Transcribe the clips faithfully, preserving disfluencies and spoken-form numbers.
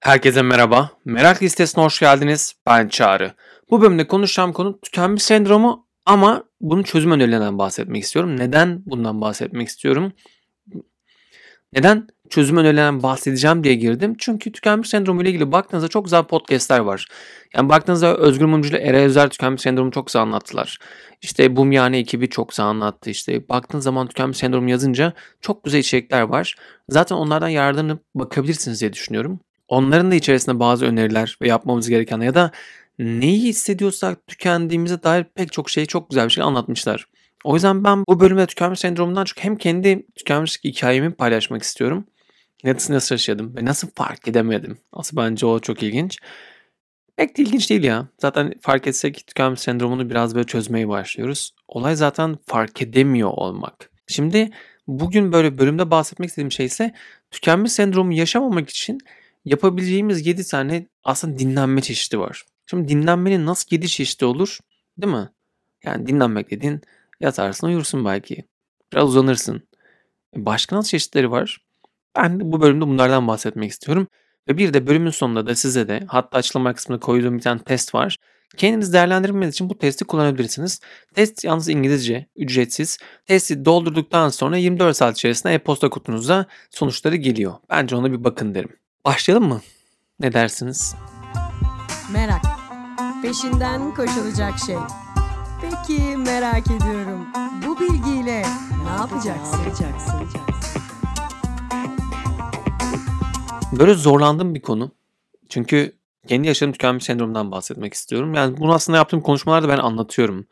Herkese merhaba. Merak listesine hoş geldiniz. Ben Çağrı. Bu bölümde konuşacağım konu tükenmiş sendromu ama bunun çözüm önerilerinden bahsetmek istiyorum. Neden bundan bahsetmek istiyorum? Neden çözüm önerilerinden bahsedeceğim diye girdim. Çünkü tükenmiş sendromu ile ilgili baktığınızda çok güzel podcastler var. Yani baktığınızda Özgür Mumcu ile Eray Özer tükenmiş sendromu çok güzel anlattılar. İşte Bumyane ekibi çok güzel anlattı. İşte baktığın zaman tükenmiş sendromu yazınca çok güzel içerikler var. Zaten onlardan yararlanıp bakabilirsiniz diye düşünüyorum. Onların da içerisinde bazı öneriler ve yapmamız gereken ya da neyi hissediyorsak tükendiğimize dair pek çok şeyi çok güzel bir şekilde anlatmışlar. O yüzden ben bu bölümde tükenmiş sendromundan çok hem kendi tükenmişlik hikayemi paylaşmak istiyorum. Nasıl nasıl yaşadım ve nasıl fark edemedim. Aslında bence o çok ilginç. Pek de ilginç değil ya. Zaten fark etsek tükenmiş sendromunu biraz böyle çözmeye başlıyoruz. Olay zaten fark edemiyor olmak. Şimdi bugün böyle bölümde bahsetmek istediğim şey ise tükenmiş sendromu yaşamamak için yapabileceğimiz yedi tane aslında dinlenme çeşidi var. Şimdi dinlenmenin nasıl yedi çeşidi olur? Değil mi? Yani dinlenmek dediğin yatarsın uyursun belki. Biraz uzanırsın. E, Başka nasıl çeşitleri var? Ben de bu bölümde bunlardan bahsetmek istiyorum. Ve bir de bölümün sonunda da size de hatta açıklama kısmına koyduğum bir tane test var. Kendiniz değerlendirmeniz için bu testi kullanabilirsiniz. Test yalnız İngilizce, ücretsiz. Testi doldurduktan sonra yirmi dört saat içerisinde e-posta kutunuza sonuçları geliyor. Bence ona bir bakın derim. Başlayalım mı? Ne dersiniz? Merak. Peşinden koşulacak şey. Peki merak ediyorum. Bu bilgiyle ne yapacaksın? Böyle zorlandığım bir konu. Çünkü kendi yaşadığım tükenmiş sendromundan bahsetmek istiyorum. Yani bunu aslında yaptığım konuşmalarda ben anlatıyorum.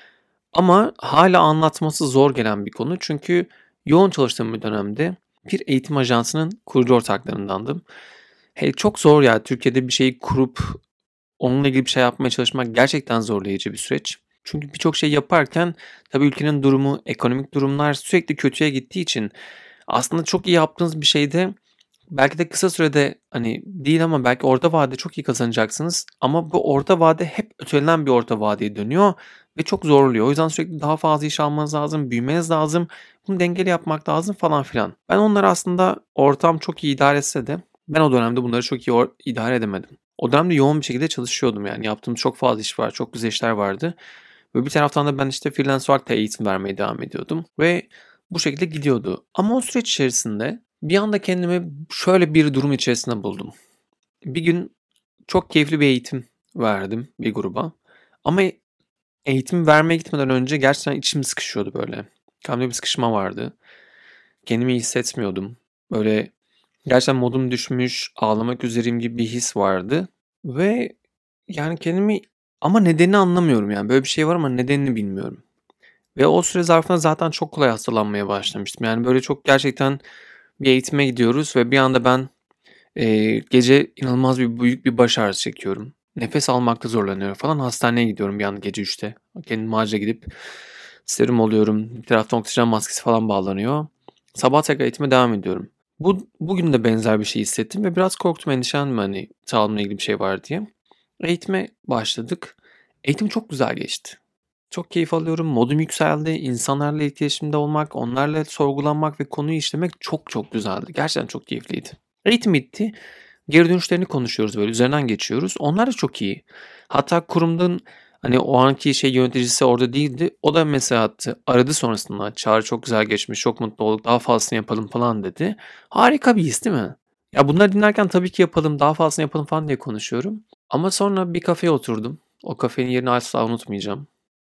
Ama hala anlatması zor gelen bir konu. Çünkü yoğun çalıştığım bir dönemde bir eğitim ajansının kurucu ortaklarındandım. Hele çok zor ya Türkiye'de bir şeyi kurup onunla ilgili bir şey yapmaya çalışmak gerçekten zorlayıcı bir süreç. Çünkü birçok şey yaparken tabii ülkenin durumu, ekonomik durumlar sürekli kötüye gittiği için aslında çok iyi yaptığınız bir şeyde belki de kısa sürede hani değil ama belki orta vadede çok iyi kazanacaksınız. Ama bu orta vade hep ötelenen bir orta vadeye dönüyor ve çok zorluyor. O yüzden sürekli daha fazla iş almanız lazım, büyümeniz lazım. Bunu dengeli yapmak lazım falan filan. Ben onları aslında ortam çok iyi idare etse de ben o dönemde bunları çok iyi or- idare edemedim. O dönemde yoğun bir şekilde çalışıyordum yani. Yaptığım çok fazla iş var, çok güzel işler vardı. Ve bir taraftan da ben işte freelance olarak da eğitim vermeye devam ediyordum. Ve bu şekilde gidiyordu. Ama o süreç içerisinde bir anda kendimi şöyle bir durum içerisinde buldum. Bir gün çok keyifli bir eğitim verdim bir gruba. Ama eğitim vermeye gitmeden önce gerçekten içim sıkışıyordu böyle. Kalbimde bir sıkışma vardı. Kendimi iyi hissetmiyordum. Böyle gerçekten modum düşmüş, ağlamak üzereyim gibi bir his vardı. Ve yani kendimi ama nedenini anlamıyorum yani. Böyle bir şey var ama nedenini bilmiyorum. Ve o süre zarfında zaten çok kolay hastalanmaya başlamıştım. Yani böyle çok gerçekten bir eğitime gidiyoruz ve bir anda ben eee, gece inanılmaz bir büyük bir baş ağrısı çekiyorum. Nefes almakta zorlanıyorum falan. Hastaneye gidiyorum bir anda gece üçte. Kendim acile gidip serum oluyorum. Bir taraftan oksijen maskesi falan bağlanıyor. Sabah tekrar eğitime devam ediyorum. Bu, bugün de benzer bir şey hissettim ve biraz korktum, endişelendim hani sağlığımla ilgili bir şey var diye. Eğitime başladık. Eğitim çok güzel geçti. Çok keyif alıyorum. Modum yükseldi. İnsanlarla etkileşimde olmak, onlarla sorgulanmak ve konuyu işlemek çok çok güzeldi. Gerçekten çok keyifliydi. Eğitim bitti. Geri dönüşlerini konuşuyoruz böyle üzerinden geçiyoruz. Onlar da çok iyi. Hatta kurumdan hani o anki şey yöneticisi orada değildi. O da mesela attı. Aradı sonrasında. Çağrı çok güzel geçmiş. Çok mutlu olduk. Daha fazlasını yapalım falan dedi. Harika bir his değil mi? Ya bunları dinlerken tabii ki yapalım. Daha fazlasını yapalım falan diye konuşuyorum. Ama sonra bir kafeye oturdum. O kafenin yerini asla unutmayacağım.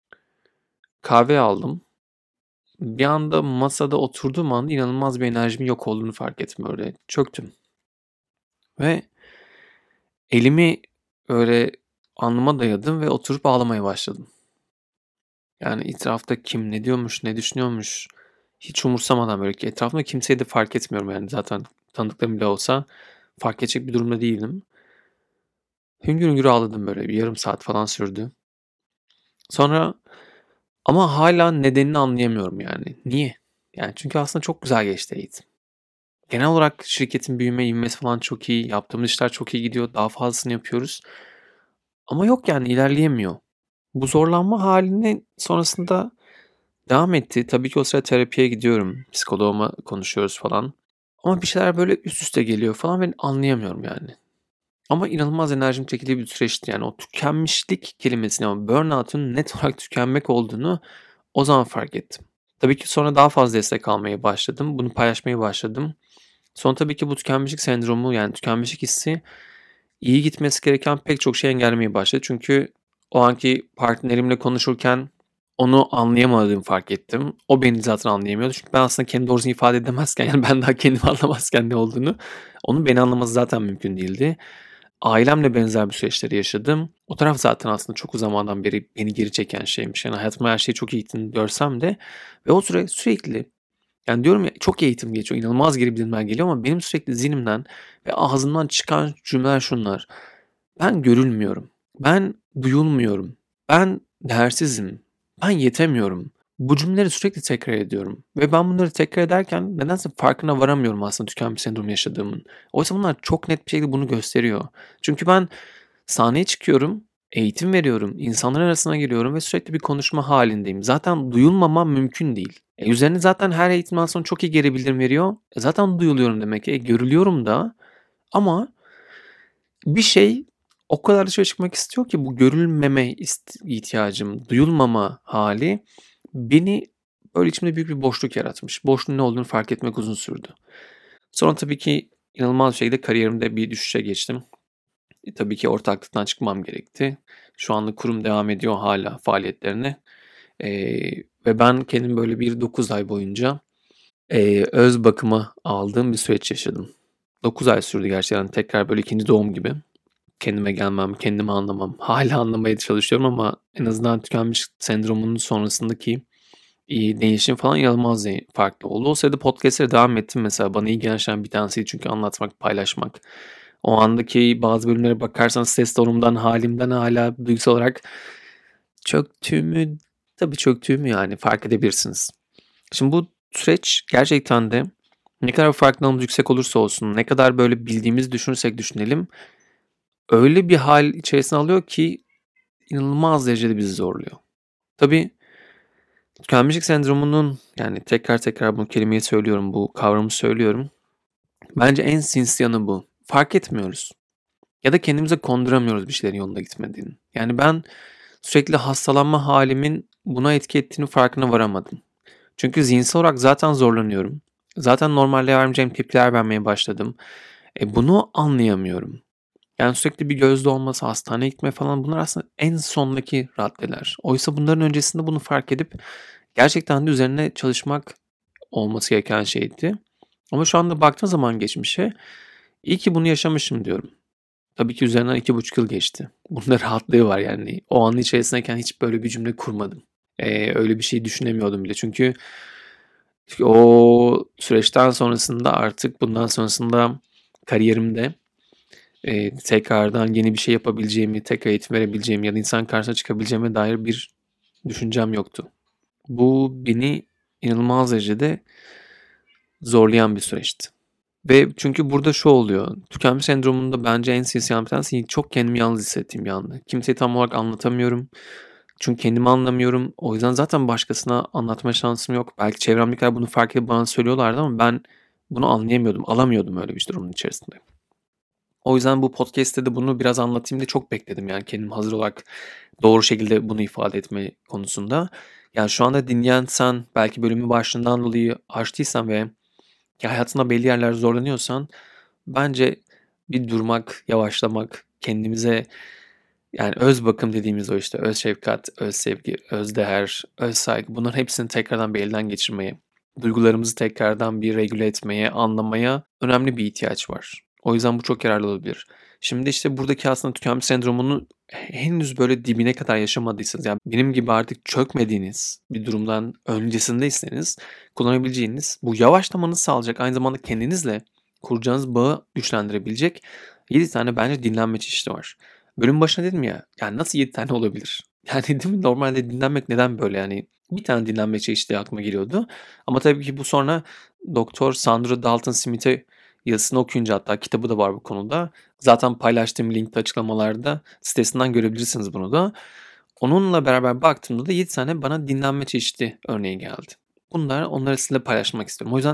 Kahve aldım. Bir anda masada oturduğum anda inanılmaz bir enerjimin yok olduğunu fark ettim böyle. Çöktüm ve elimi öyle alnıma dayadım ve oturup ağlamaya başladım. Yani etrafta kim ne diyormuş, ne düşünüyormuş hiç umursamadan böyle ki etrafımda kimseyi de fark etmiyorum yani zaten tanıdıklarım bile olsa fark edecek bir durumda değilim. Hüngür hüngür ağladım böyle bir yarım saat falan sürdü. Sonra ama hala nedenini anlayamıyorum yani. Niye? Yani çünkü aslında çok güzel geçti eğitim. Genel olarak şirketin büyüme ivmesi falan çok iyi. Yaptığımız işler çok iyi gidiyor. Daha fazlasını yapıyoruz. Ama yok yani ilerleyemiyor. Bu zorlanma halini sonrasında devam etti. Tabii ki o sırada terapiye gidiyorum. Psikoloğuma konuşuyoruz falan. Ama bir şeyler böyle üst üste geliyor falan ben anlayamıyorum yani. Ama inanılmaz enerjim çekildiği bir süreçti. Yani o tükenmişlik kelimesini ama burnout'un net olarak tükenmek olduğunu o zaman fark ettim. Tabii ki sonra daha fazla destek almaya başladım. Bunu paylaşmaya başladım. Sonra tabii ki bu tükenmişlik sendromu yani tükenmişlik hissi iyi gitmesi gereken pek çok şey engellemeye başladı. Çünkü o anki partnerimle konuşurken onu anlayamadığımı fark ettim. O beni zaten anlayamıyordu. Çünkü ben aslında kendi doğrusunu ifade edemezken yani ben daha kendimi anlamazken ne olduğunu onun beni anlaması zaten mümkün değildi. Ailemle benzer bir süreçleri yaşadım. O taraf zaten aslında çok uzun zamandan beri beni geri çeken şeymiş. Yani hayatımda her şey çok iyi gittiğini görsem de ve o süre sürekli yani diyorum ya çok eğitim geçiyor. İnanılmaz geri bildirimler geliyor ama benim sürekli zihnimden ve ağzımdan çıkan cümleler şunlar. Ben görülmüyorum. Ben duyulmuyorum. Ben değersizim. Ben yetemiyorum. Bu cümleleri sürekli tekrar ediyorum. Ve ben bunları tekrar ederken nedense farkına varamıyorum aslında tükenmiş sendromu yaşadığımın. Oysa bunlar çok net bir şekilde bunu gösteriyor. Çünkü ben sahneye çıkıyorum, eğitim veriyorum, insanlar arasına giriyorum ve sürekli bir konuşma halindeyim. Zaten duyulmamam mümkün değil. E üzerine zaten her eğitimden sonra çok iyi geri bildirim veriyor. E zaten duyuluyorum demek ki. E görülüyorum da ama bir şey o kadar dışarı çıkmak istiyor ki bu görülmeme ist- ihtiyacım, duyulmama hali beni böyle içimde büyük bir boşluk yaratmış. Boşluğun ne olduğunu fark etmek uzun sürdü. Sonra tabii ki inanılmaz bir şekilde kariyerimde bir düşüşe geçtim. E, tabii ki ortaklıktan çıkmam gerekti. Şu anlık kurum devam ediyor hala faaliyetlerine. E, ve ben kendim böyle bir dokuz ay boyunca e, öz bakıma aldığım bir süreç yaşadım. dokuz ay sürdü gerçekten tekrar böyle ikinci doğum gibi. Kendime gelmem, kendimi anlamam. Hala anlamaya çalışıyorum ama en azından tükenmiş sendromunun sonrasındaki eee, değişim falan inanılmaz de farklı oldu. O sırada podcast'lere devam ettim mesela. Bana iyi gelen şeylerden bir tanesiydi çünkü anlatmak, paylaşmak. O andaki bazı bölümlere bakarsanız ses tonumdan, halimden hala duygusal olarak çöktüğümü, tabii çöktüğümü yani fark edebilirsiniz. Şimdi bu süreç gerçekten de ne kadar farkındalığımız yüksek olursa olsun, ne kadar böyle bildiğimizi düşünürsek düşünelim, öyle bir hal içerisine alıyor ki inanılmaz derecede bizi zorluyor. Tabii tükenmişlik sendromunun yani tekrar tekrar bu kelimeyi söylüyorum, bu kavramı söylüyorum. Bence en sinsi yanı bu. Fark etmiyoruz. Ya da kendimize konduramıyoruz bir şeylerin yolunda gitmediğini. Yani ben sürekli hastalanma halimin buna etki ettiğini farkına varamadım. Çünkü zihinsel olarak zaten zorlanıyorum. Zaten normalde vermeyeceğim tepkiler vermeye başladım. E bunu anlayamıyorum. Yani sürekli bir gözde olması, hastaneye gitme falan bunlar aslında en sondaki raddeler. Oysa bunların öncesinde bunu fark edip gerçekten de üzerine çalışmak olması gereken şeydi. Ama şu anda baktığım zaman geçmişe iyi ki bunu yaşamışım diyorum. Tabii ki üzerinden iki buçuk yıl geçti. Bunda rahatlığı var yani. O an içerisindeyken hiç böyle bir cümle kurmadım. Ee, öyle bir şey düşünemiyordum bile. Çünkü, çünkü o süreçten sonrasında artık bundan sonrasında kariyerimde Eee, tekrardan yeni bir şey yapabileceğimi, tekrar eğitim verebileceğimi ya da insan karşısına çıkabileceğime dair bir düşüncem yoktu. Bu beni inanılmaz derecede zorlayan bir süreçti. Ve çünkü burada şu oluyor. Tükenmiş sendromunda bence en sinsi yanı bir tanesi çok kendimi yalnız hissettiğim bir anda. Kimseyi tam olarak anlatamıyorum. Çünkü kendimi anlamıyorum. O yüzden zaten başkasına anlatma şansım yok. Belki çevremdekiler bunu fark edip bana söylüyorlardı ama ben bunu anlayamıyordum. Alamıyordum öyle bir durumun içerisinde. O yüzden bu podcast'te de bunu biraz anlatayım diye çok bekledim yani kendimi hazır olarak doğru şekilde bunu ifade etme konusunda. Yani şu anda dinleyen sen belki bölümün başlığından dolayı açtıysan ve ya hayatında belli yerler zorlanıyorsan bence bir durmak, yavaşlamak, kendimize yani öz bakım dediğimiz o işte öz şefkat, öz sevgi, öz değer, öz saygı bunların hepsini tekrardan bir elden geçirmeye, duygularımızı tekrardan bir regüle etmeye, anlamaya önemli bir ihtiyaç var. O yüzden bu çok yararlı olabilir. Şimdi işte buradaki aslında tükenmiş sendromunu henüz böyle dibine kadar yaşamadıysanız yani benim gibi artık çökmediğiniz bir durumdan öncesindeyseniz kullanabileceğiniz bu yavaşlamanızı sağlayacak aynı zamanda kendinizle kuracağınız bağı güçlendirebilecek yedi tane bence dinlenme çeşidi var. Bölüm başına dedim ya, yani nasıl yedi tane olabilir? Yani değil mi? Normalde dinlenmek neden böyle yani? Bir tane dinlenme çeşidi aklıma geliyordu. Ama tabii ki bu sonra Doktor Sandra Dalton Smith'e yazısını okuyunca hatta kitabı da var bu konuda. Zaten paylaştığım linkte açıklamalarda sitesinden görebilirsiniz bunu da. Onunla beraber baktığımda da yedi tane bana dinlenme çeşidi örneği geldi. Bunlar onları sizinle paylaşmak istiyorum. O yüzden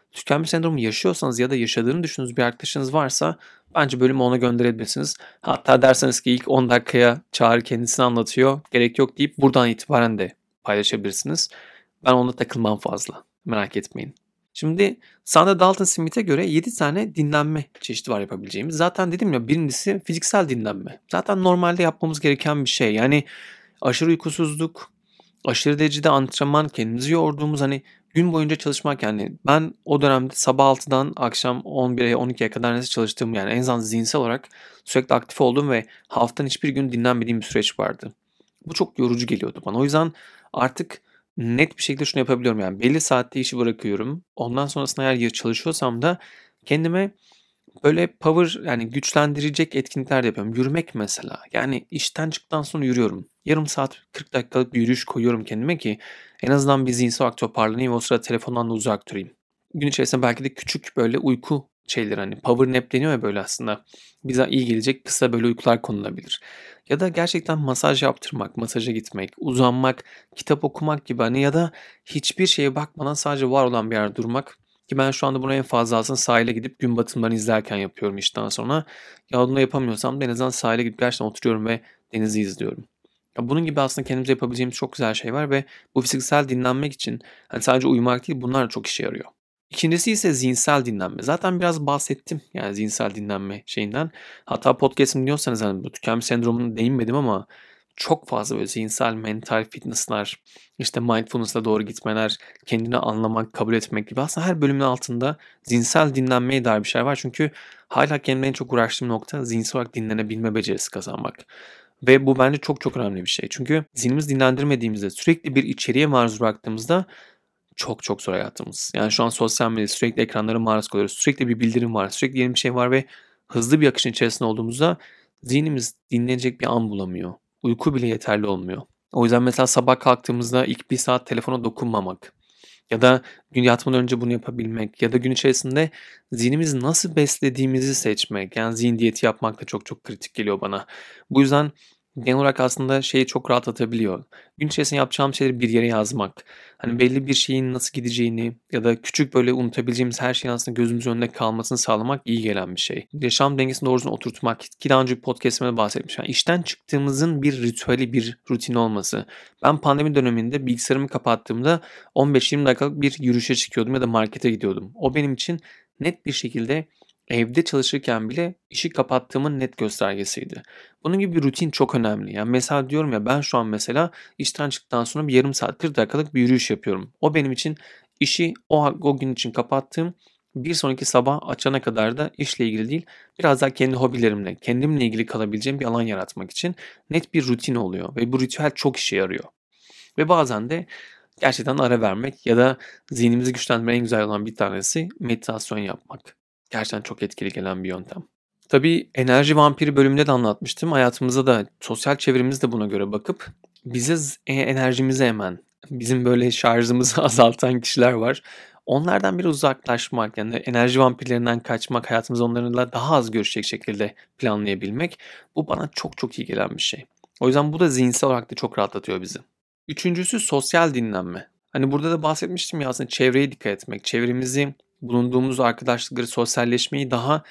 Tükenmiş sendromu yaşıyorsanız ya da yaşadığını düşündüğünüz bir arkadaşınız varsa bence bölümü ona gönderebilirsiniz. Hatta derseniz ki ilk on dakikaya Çağrı kendisini anlatıyor, gerek yok deyip buradan itibaren de paylaşabilirsiniz. Ben ona takılmam fazla. Merak etmeyin. Şimdi Sandra Dalton Smith'e göre yedi tane dinlenme çeşidi var yapabileceğimiz. Zaten dedim ya, birincisi fiziksel dinlenme. Zaten normalde yapmamız gereken bir şey. Yani aşırı uykusuzluk, aşırı derecede antrenman, kendimizi yorduğumuz, hani gün boyunca çalışmak, yani ben o dönemde sabah altıdan akşam on bire on ikiye kadar nasıl çalıştığım, yani en azından zihinsel olarak sürekli aktif olduğum ve haftanın hiçbir gün dinlenmediğim bir süreç vardı. Bu çok yorucu geliyordu bana. O yüzden artık net bir şekilde şunu yapabiliyorum, yani belli saatte işi bırakıyorum. Ondan sonrasında eğer ya çalışıyorsam da kendime böyle power, yani güçlendirecek etkinlikler de yapıyorum. Yürümek mesela. Yani işten çıktıktan sonra yürüyorum. Yarım saat kırk dakikalık bir yürüyüş koyuyorum kendime ki en azından bir zihinsel olarak toparlanayım ve o sırada telefondan da uzak durayım. Gün içerisinde belki de küçük böyle uyku şeyleri, hani power nap deniyor ya böyle aslında. Bize iyi gelecek kısa böyle uykular konulabilir. Ya da gerçekten masaj yaptırmak, masaja gitmek, uzanmak, kitap okumak gibi, hani ya da hiçbir şeye bakmadan sadece var olan bir yerde durmak. Ki ben şu anda bunu en fazla aslında sahile gidip gün batımlarını izlerken yapıyorum işten sonra. Ya bunu yapamıyorsam da en azından sahile gidip gerçekten oturuyorum ve denizi izliyorum. Ya bunun gibi aslında kendimize yapabileceğimiz çok güzel şey var ve bu fiziksel dinlenmek için hani sadece uyumak değil, bunlar da çok işe yarıyor. İkincisi ise zihinsel dinlenme. Zaten biraz bahsettim yani zihinsel dinlenme şeyinden. Hatta podcast'imi dinliyorsanız hani bu tükenmiş sendromuna değinmedim ama çok fazla böyle zihinsel, mental fitness'lar, işte mindfulness'a doğru gitmeler, kendini anlamak, kabul etmek gibi aslında her bölümün altında zihinsel dinlenmeye dair bir şey var. Çünkü hala kendimle en çok uğraştığım nokta zihinsel olarak dinlenebilme becerisi kazanmak. Ve bu bence çok çok önemli bir şey. Çünkü zihnimizi dinlendirmediğimizde, sürekli bir içeriğe maruz bıraktığımızda çok çok zor hayatımız. Yani şu an sosyal medyada sürekli ekranlara maruz kalıyoruz. Sürekli bir bildirim var, sürekli yeni bir şey var ve hızlı bir akışın içerisinde olduğumuzda zihnimiz dinlenecek bir an bulamıyor. Uyku bile yeterli olmuyor. O yüzden mesela sabah kalktığımızda ilk bir saat telefona dokunmamak ya da gün yatmadan önce bunu yapabilmek ya da gün içerisinde zihnimizi nasıl beslediğimizi seçmek, yani zihin diyeti yapmak da çok çok kritik geliyor bana. Bu yüzden genel olarak aslında şeyi çok rahatlatabiliyor. Gün içerisinde yapacağım şeyleri bir yere yazmak. Hani belli bir şeyin nasıl gideceğini ya da küçük böyle unutabileceğimiz her şeyin aslında gözümüzün önünde kalmasını sağlamak iyi gelen bir şey. Yaşam dengesini doğru düzgün oturtmak, ki daha önce bir podcast'imde bahsetmiştim. Yani işten çıktığımızın bir ritüeli, bir rutin olması. Ben pandemi döneminde bilgisayarımı kapattığımda on beş yirmi dakikalık bir yürüyüşe çıkıyordum ya da markete gidiyordum. O benim için net bir şekilde evde çalışırken bile işi kapattığımın net göstergesiydi. Bunun gibi bir rutin çok önemli. Yani mesela diyorum ya, ben şu an mesela işten çıktıktan sonra bir yarım saat kırk dakikalık bir yürüyüş yapıyorum. O benim için işi o, o gün için kapattığım, bir sonraki sabah açana kadar da işle ilgili değil, biraz daha kendi hobilerimle, kendimle ilgili kalabileceğim bir alan yaratmak için net bir rutin oluyor. Ve bu ritüel çok işe yarıyor. Ve bazen de gerçekten ara vermek ya da zihnimizi güçlendirmenin en güzel olan bir tanesi meditasyon yapmak. Gerçekten çok etkili gelen bir yöntem. Tabii enerji vampiri bölümünde de anlatmıştım. Hayatımızda da sosyal çevremiz de buna göre bakıp bize z- e- enerjimizi emen, bizim böyle şarjımızı azaltan kişiler var. Onlardan bir uzaklaşmak, yani enerji vampirlerinden kaçmak, hayatımızı onlarla daha az görüşecek şekilde planlayabilmek, bu bana çok çok iyi gelen bir şey. O yüzden bu da zihinsel olarak da çok rahatlatıyor bizi. Üçüncüsü sosyal dinlenme. Hani burada da bahsetmiştim ya, aslında çevreye dikkat etmek, çevremizi, bulunduğumuz arkadaşlıkları, sosyalleşmeyi daha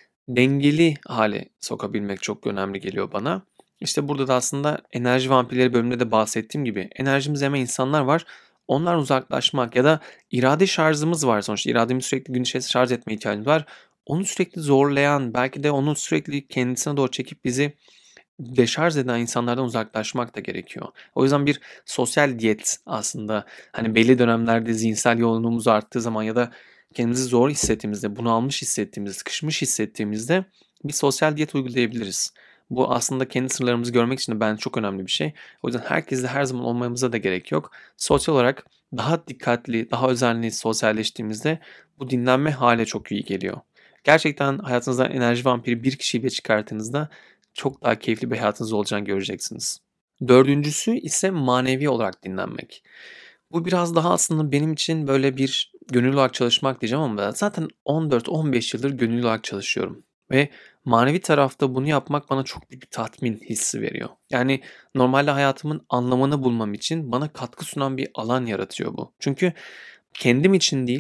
dengeli hale sokabilmek çok önemli geliyor bana. İşte burada da aslında enerji vampirleri bölümünde de bahsettiğim gibi enerjimizi yeme insanlar var. Onlardan uzaklaşmak ya da irade şarjımız var sonuçta. İrademizi sürekli gün içerisinde şarj etmeye ihtiyacımız var. Onu sürekli zorlayan, belki de onu sürekli kendisine doğru çekip bizi deşarj eden insanlardan uzaklaşmak da gerekiyor. O yüzden bir sosyal diyet aslında, hani belli dönemlerde zihinsel yoğunluğumuz arttığı zaman ya da kendimizi zor hissettiğimizde, bunalmış hissettiğimizde, sıkışmış hissettiğimizde bir sosyal diyet uygulayabiliriz. Bu aslında kendi sınırlarımızı görmek için de bence çok önemli bir şey. O yüzden herkesle her zaman olmamıza da gerek yok. Sosyal olarak daha dikkatli, daha özenli sosyalleştiğimizde bu dinlenme hale çok iyi geliyor. Gerçekten hayatınızdan enerji vampiri bir kişiyi bile çıkarttığınızda çok daha keyifli bir hayatınız olacağını göreceksiniz. Dördüncüsü ise manevi olarak dinlenmek. Bu biraz daha aslında benim için böyle bir gönüllü olarak çalışmak diyeceğim ama ben zaten on dört on beş yıldır gönüllü olarak çalışıyorum. Ve manevi tarafta bunu yapmak bana çok büyük bir tatmin hissi veriyor. Yani normalde hayatımın anlamını bulmam için bana katkı sunan bir alan yaratıyor bu. Çünkü kendim için değil,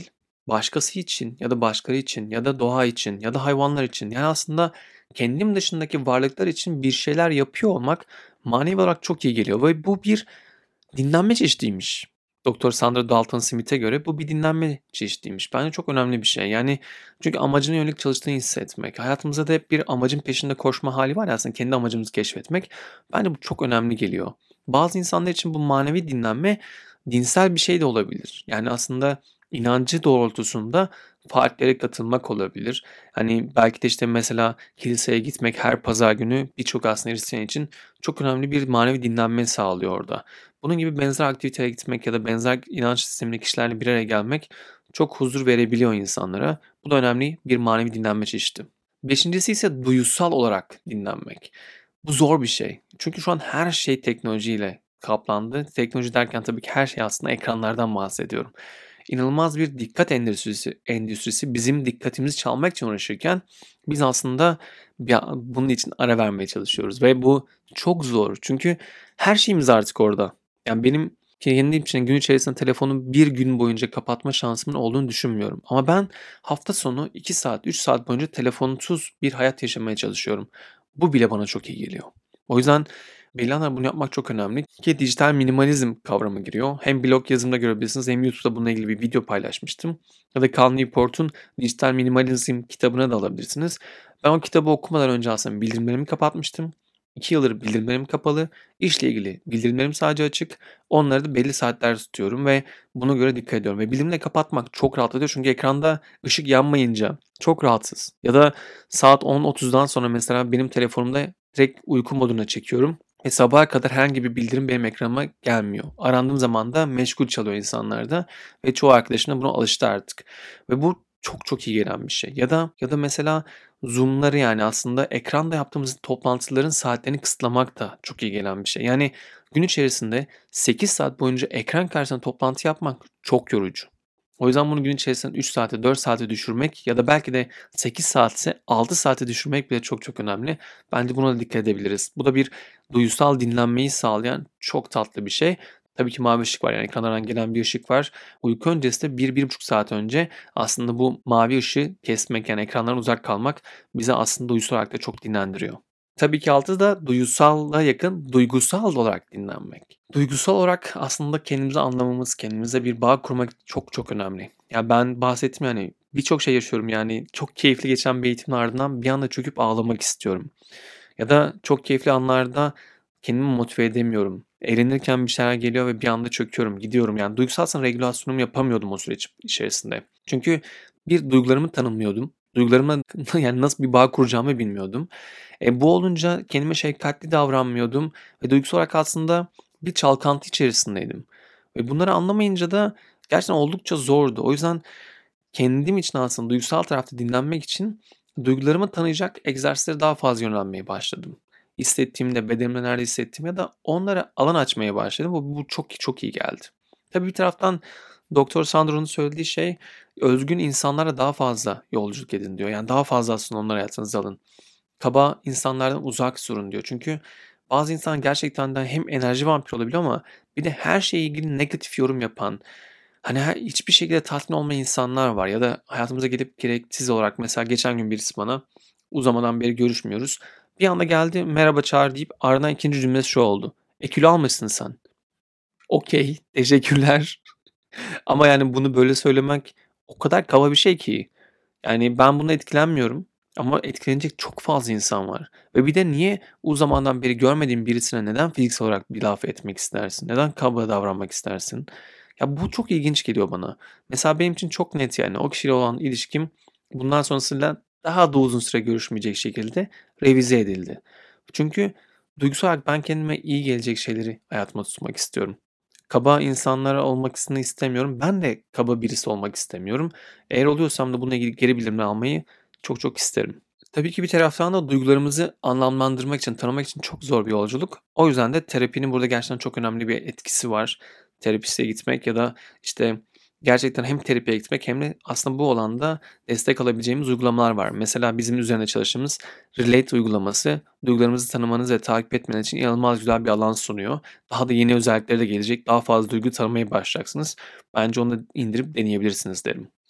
başkası için ya da başkaları için ya da doğa için ya da hayvanlar için, yani aslında kendim dışındaki varlıklar için bir şeyler yapıyor olmak manevi olarak çok iyi geliyor ve bu bir dinlenme çeşidiymiş. Doktor Sandra Dalton Smith'e göre bu bir dinlenme çeşidiymiş. Bence çok önemli bir şey. Yani çünkü amacına yönelik çalıştığını hissetmek. Hayatımızda da hep bir amacın peşinde koşma hali var ya, aslında kendi amacımızı keşfetmek. Bence bu çok önemli geliyor. Bazı insanlar için bu manevi dinlenme dinsel bir şey de olabilir. Yani aslında inancı doğrultusunda faaliyetlere katılmak olabilir. Hani belki de işte mesela kiliseye gitmek her pazar günü birçok aslında Hristiyan için çok önemli bir manevi dinlenme sağlıyor orada. Bunun gibi benzer aktivitelere gitmek ya da benzer inanç sistemindeki kişilerle bir araya gelmek çok huzur verebiliyor insanlara. Bu da önemli bir manevi dinlenme çeşidi. Beşincisi ise duysal olarak dinlenmek. Bu zor bir şey. Çünkü şu an her şey teknolojiyle kaplandı. Teknoloji derken tabii ki her şey aslında ekranlardan bahsediyorum. İnanılmaz bir dikkat endüstrisi, endüstrisi bizim dikkatimizi çalmak için uğraşırken biz aslında ya, bunun için ara vermeye çalışıyoruz ve bu çok zor. Çünkü her şeyimiz artık orada. Yani benim kendim için gün içerisinde telefonu bir gün boyunca kapatma şansımın olduğunu düşünmüyorum. Ama ben hafta sonu iki saat, üç saat boyunca telefonsuz bir hayat yaşamaya çalışıyorum. Bu bile bana çok iyi geliyor. O yüzden belli anlar bunu yapmak çok önemli ki dijital minimalizm kavramı giriyor. Hem blog yazımda görebilirsiniz hem YouTube'da bununla ilgili bir video paylaşmıştım. Ya da Cal Newport'un Dijital Minimalizm kitabına da alabilirsiniz. Ben o kitabı okumadan önce aslında bildirimlerimi kapatmıştım. iki yıldır bildirimlerim kapalı. İşle ilgili bildirimlerim sadece açık. Onları da belli saatler tutuyorum ve buna göre dikkat ediyorum. Ve bildirimleri kapatmak çok rahatlatıyor çünkü ekranda ışık yanmayınca çok rahatsız. Ya da saat on otuzdan sonra mesela benim telefonumda direkt uyku moduna çekiyorum. Ve sabaha kadar herhangi bir bildirim benim ekranıma gelmiyor. Arandığım zaman da meşgul çalıyor insanlarda ve çoğu arkadaşım da buna alıştı artık. Ve bu çok çok iyi gelen bir şey. Ya da ya da mesela Zoom'ları, yani aslında ekranda yaptığımız toplantıların saatlerini kısıtlamak da çok iyi gelen bir şey. Yani gün içerisinde sekiz saat boyunca ekran karşısında toplantı yapmak çok yorucu. O yüzden bunu gün içerisinde üç saate dört saate düşürmek ya da belki de sekiz saatse altı saate düşürmek bile çok çok önemli. Bence buna da dikkat edebiliriz. Bu da bir duysal dinlenmeyi sağlayan çok tatlı bir şey. Tabii ki mavi ışık var, yani ekrandan gelen bir ışık var. Uyku öncesi de bir bir buçuk saat önce aslında bu mavi ışığı kesmek, yani ekrandan uzak kalmak bizi aslında duysal olarak da çok dinlendiriyor. Tabii ki altı da duygusalla yakın duygusal olarak dinlenmek. Duygusal olarak aslında kendimizi anlamamız, kendimize bir bağ kurmak çok çok önemli. Ya ben bahsettim, yani birçok şey yaşıyorum, yani çok keyifli geçen bir eğitimin ardından bir anda çöküp ağlamak istiyorum. Ya da çok keyifli anlarda kendimi motive edemiyorum. Eğlenirken bir şeyler geliyor ve bir anda çöküyorum, gidiyorum. Yani duygusal aslında regülasyonumu yapamıyordum o süreç içerisinde. Çünkü bir duygularımı tanımlıyordum. Duygularımla yani nasıl bir bağ kuracağımı bilmiyordum. E, bu olunca kendime şefkatli davranmıyordum ve duygusal olarak aslında bir çalkantı içerisindeydim. Ve bunları anlamayınca da gerçekten oldukça zordu. O yüzden kendim için aslında duygusal tarafta dinlenmek için duygularımı tanıyacak egzersizlere daha fazla yönelmeye başladım. Hissettiğimde, bedenimde nerede hissettiğim ya da onlara alan açmaya başladım. Bu, bu çok çok iyi geldi. Tabii bir taraftan Doktor Sandro'nun söylediği şey özgün insanlara daha fazla yolculuk edin diyor. Yani daha fazla aslında onları hayatınıza alın. Kaba insanlardan uzak durun diyor. Çünkü bazı insan gerçekten de hem enerji vampiri olabiliyor ama bir de her şeyle ilgili negatif yorum yapan, hani her, hiçbir şekilde tatmin olmayan insanlar var. Ya da hayatımıza gelip gereksiz olarak, mesela geçen gün birisi bana, uzamadan beri görüşmüyoruz. Bir anda geldi, merhaba Çağrı deyip ardından ikinci cümlesi şu oldu: E kilo almışsın sen. Okey, teşekkürler. Ama yani bunu böyle söylemek o kadar kaba bir şey ki. Yani ben bundan etkilenmiyorum ama etkilenecek çok fazla insan var. Ve bir de niye o zamandan beri görmediğin birisine neden fiziksel olarak bir laf etmek istersin? Neden kaba davranmak istersin? Ya bu çok ilginç geliyor bana. Mesela benim için çok net, yani o kişiyle olan ilişkim bundan sonrasıyla daha da uzun süre görüşmeyecek şekilde revize edildi. Çünkü duygusal olarak ben kendime iyi gelecek şeyleri hayatıma tutmak istiyorum. Kaba insanlara olmak istemiyorum. Ben de kaba birisi olmak istemiyorum. Eğer oluyorsam da bununla ilgili geri bildirimler almayı çok çok isterim. Tabii ki bir taraftan da duygularımızı anlamlandırmak için, tanımak için çok zor bir yolculuk. O yüzden de terapinin burada gerçekten çok önemli bir etkisi var. Terapiste gitmek ya da işte gerçekten hem terapiye gitmek hem de aslında bu alanda destek alabileceğimiz uygulamalar var. Mesela bizim üzerine çalıştığımız Relate uygulaması duygularımızı tanımanız ve takip etmeniz için inanılmaz güzel bir alan sunuyor. Daha da yeni özellikleri de gelecek. Daha fazla duygu tanımaya başlayacaksınız. Bence onu da indirip deneyebilirsiniz derim.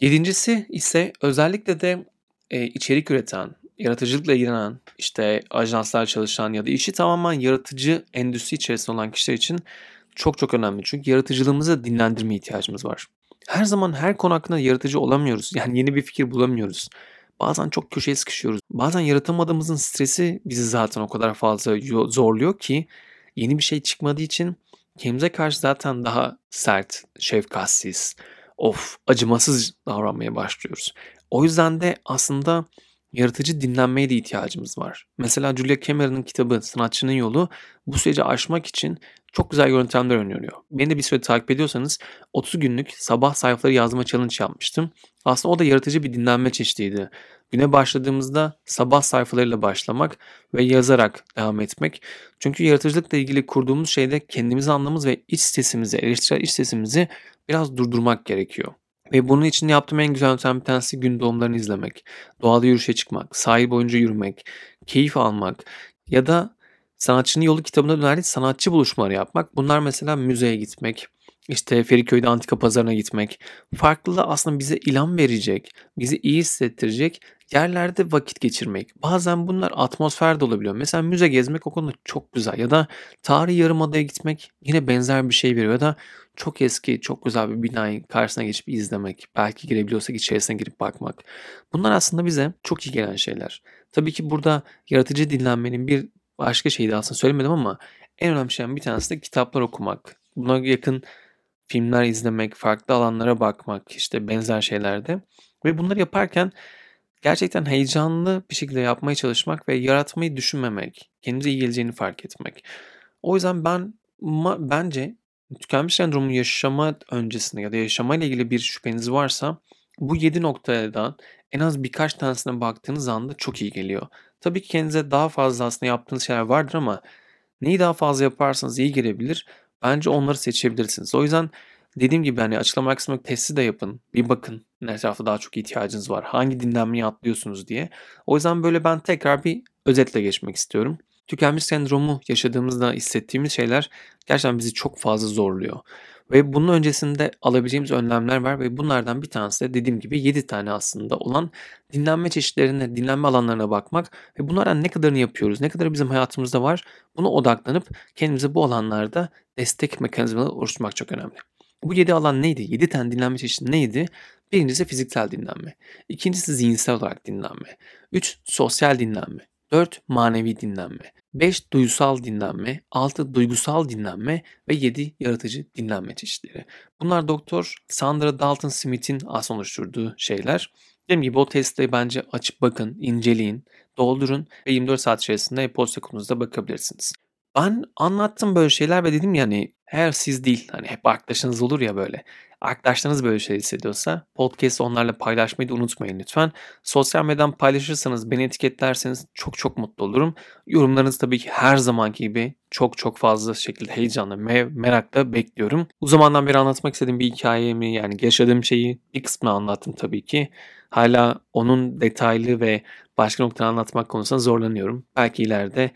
Yedincisi ise özellikle de e, içerik üreten, yaratıcılıkla ilgilenen, işte ajanslar çalışan ya da işi tamamen yaratıcı endüstri içerisinde olan kişiler için çok çok önemli. Çünkü yaratıcılığımızı dinlendirme ihtiyacımız var. Her zaman her konu hakkında yaratıcı olamıyoruz. Yani yeni bir fikir bulamıyoruz. Bazen çok köşeye sıkışıyoruz. Bazen yaratamadığımızın stresi bizi zaten o kadar fazla yo- zorluyor ki yeni bir şey çıkmadığı için kendimize karşı zaten daha sert, şefkatsiz, of acımasız davranmaya başlıyoruz. O yüzden de aslında yaratıcı dinlenmeye de ihtiyacımız var. Mesela Julia Cameron'ın kitabı Sanatçının Yolu bu süreci aşmak için çok güzel yöntemler öneriyor. Beni de bir süre takip ediyorsanız otuz günlük sabah sayfaları yazma challenge yapmıştım. Aslında o da yaratıcı bir dinlenme çeşidiydi. Güne başladığımızda sabah sayfalarıyla başlamak ve yazarak devam etmek. Çünkü yaratıcılıkla ilgili kurduğumuz şeyde kendimizi anlamamız ve iç sesimizi, eleştirel iç sesimizi biraz durdurmak gerekiyor. Ve bunun için yaptığım en güzel yöntem bir tanesi gün doğumlarını izlemek, doğada yürüyüşe çıkmak, sahil boyunca yürümek, keyif almak ya da Sanatçının Yolu kitabında önerdiği sanatçı buluşmaları yapmak. Bunlar mesela müzeye gitmek, işte Feriköy'de antika pazarına gitmek. Farklı aslında bize ilham verecek, bizi iyi hissettirecek yerlerde vakit geçirmek. Bazen bunlar atmosfer de olabiliyor. Mesela müze gezmek o konuda çok güzel. Ya da tarihi yarımadaya gitmek yine benzer bir şey veriyor. Ya da çok eski, çok güzel bir binayı karşısına geçip izlemek. Belki girebiliyorsak içerisine girip bakmak. Bunlar aslında bize çok iyi gelen şeyler. Tabii ki burada yaratıcı dinlenmenin bir başka şeyi de aslında söylemedim ama en önemli şeyden bir tanesi de kitaplar okumak. Buna yakın filmler izlemek, farklı alanlara bakmak, işte benzer şeylerde. Ve bunları yaparken gerçekten heyecanlı bir şekilde yapmaya çalışmak ve yaratmayı düşünmemek, kendimize iyi geleceğini fark etmek. O yüzden ben ma- bence tükenmiş sendromu yaşama öncesinde ya da yaşamayla ilgili bir şüpheniz varsa bu yedi noktadan en az birkaç tanesine baktığınız anda çok iyi geliyor. Tabii ki kendinize daha fazla aslında yaptığınız şeyler vardır ama neyi daha fazla yaparsanız iyi gelebilir. Bence onları seçebilirsiniz. O yüzden dediğim gibi hani açıklama kısmındaki testi de yapın. Bir bakın ne tarafta daha çok ihtiyacınız var. Hangi dinlenmeyi atlıyorsunuz diye. O yüzden böyle ben tekrar bir özetle geçmek istiyorum. Tükenmiş sendromu yaşadığımızda hissettiğimiz şeyler gerçekten bizi çok fazla zorluyor. Ve bunun öncesinde alabileceğimiz önlemler var ve bunlardan bir tanesi de dediğim gibi yedi tane aslında olan dinlenme çeşitlerine, dinlenme alanlarına bakmak ve bunlardan ne kadarını yapıyoruz, ne kadarı bizim hayatımızda var, buna odaklanıp kendimize bu alanlarda destek mekanizmaları oluşturmak çok önemli. Bu yedi alan neydi? Yedi tane dinlenme çeşidi neydi? Birincisi fiziksel dinlenme. İkincisi zihinsel olarak dinlenme. Üç sosyal dinlenme. Dört manevi dinlenme. Beş duysal dinlenme. Altı duygusal dinlenme ve yedi yaratıcı dinlenme çeşitleri. Bunlar Doktor Sandra Dalton Smith'in aslında oluşturduğu şeyler. Dediğim gibi o testi bence açıp bakın, inceleyin, doldurun ve yirmi dört saat içerisinde e-posta kutunuzda bakabilirsiniz. Ben anlattım böyle şeyler ve dedim yani eğer siz değil hani hep arkadaşınız olur ya böyle. Arkadaşlarınız böyle şey hissediyorsa podcast onlarla paylaşmayı da unutmayın lütfen. Sosyal medyadan paylaşırsanız beni etiketlerseniz çok çok mutlu olurum. Yorumlarınızı tabii ki her zamanki gibi çok çok fazla şekilde heyecanla ve merakla bekliyorum. Bu zamandan beri anlatmak istediğim bir hikayemi yani yaşadığım şeyi bir kısmını anlattım tabii ki. Hala onun detaylı ve başka noktaları anlatmak konusunda zorlanıyorum. Belki ileride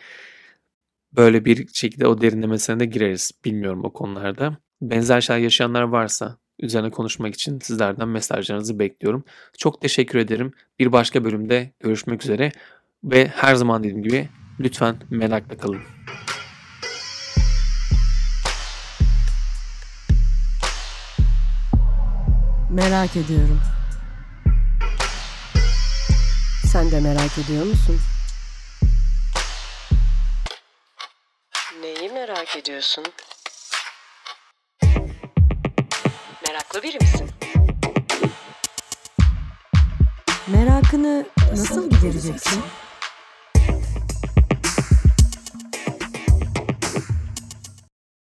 böyle bir şekilde o derinlemesine de gireriz. Bilmiyorum o konularda. Benzer şeyler yaşayanlar varsa üzerine konuşmak için sizlerden mesajlarınızı bekliyorum. Çok teşekkür ederim. Bir başka bölümde görüşmek üzere ve her zaman dediğim gibi lütfen merakla kalın. Merak ediyorum. Sen de merak ediyor musun? Neyi merak ediyorsun? Meraklı biri misin? Merakını nasıl gidereceksin?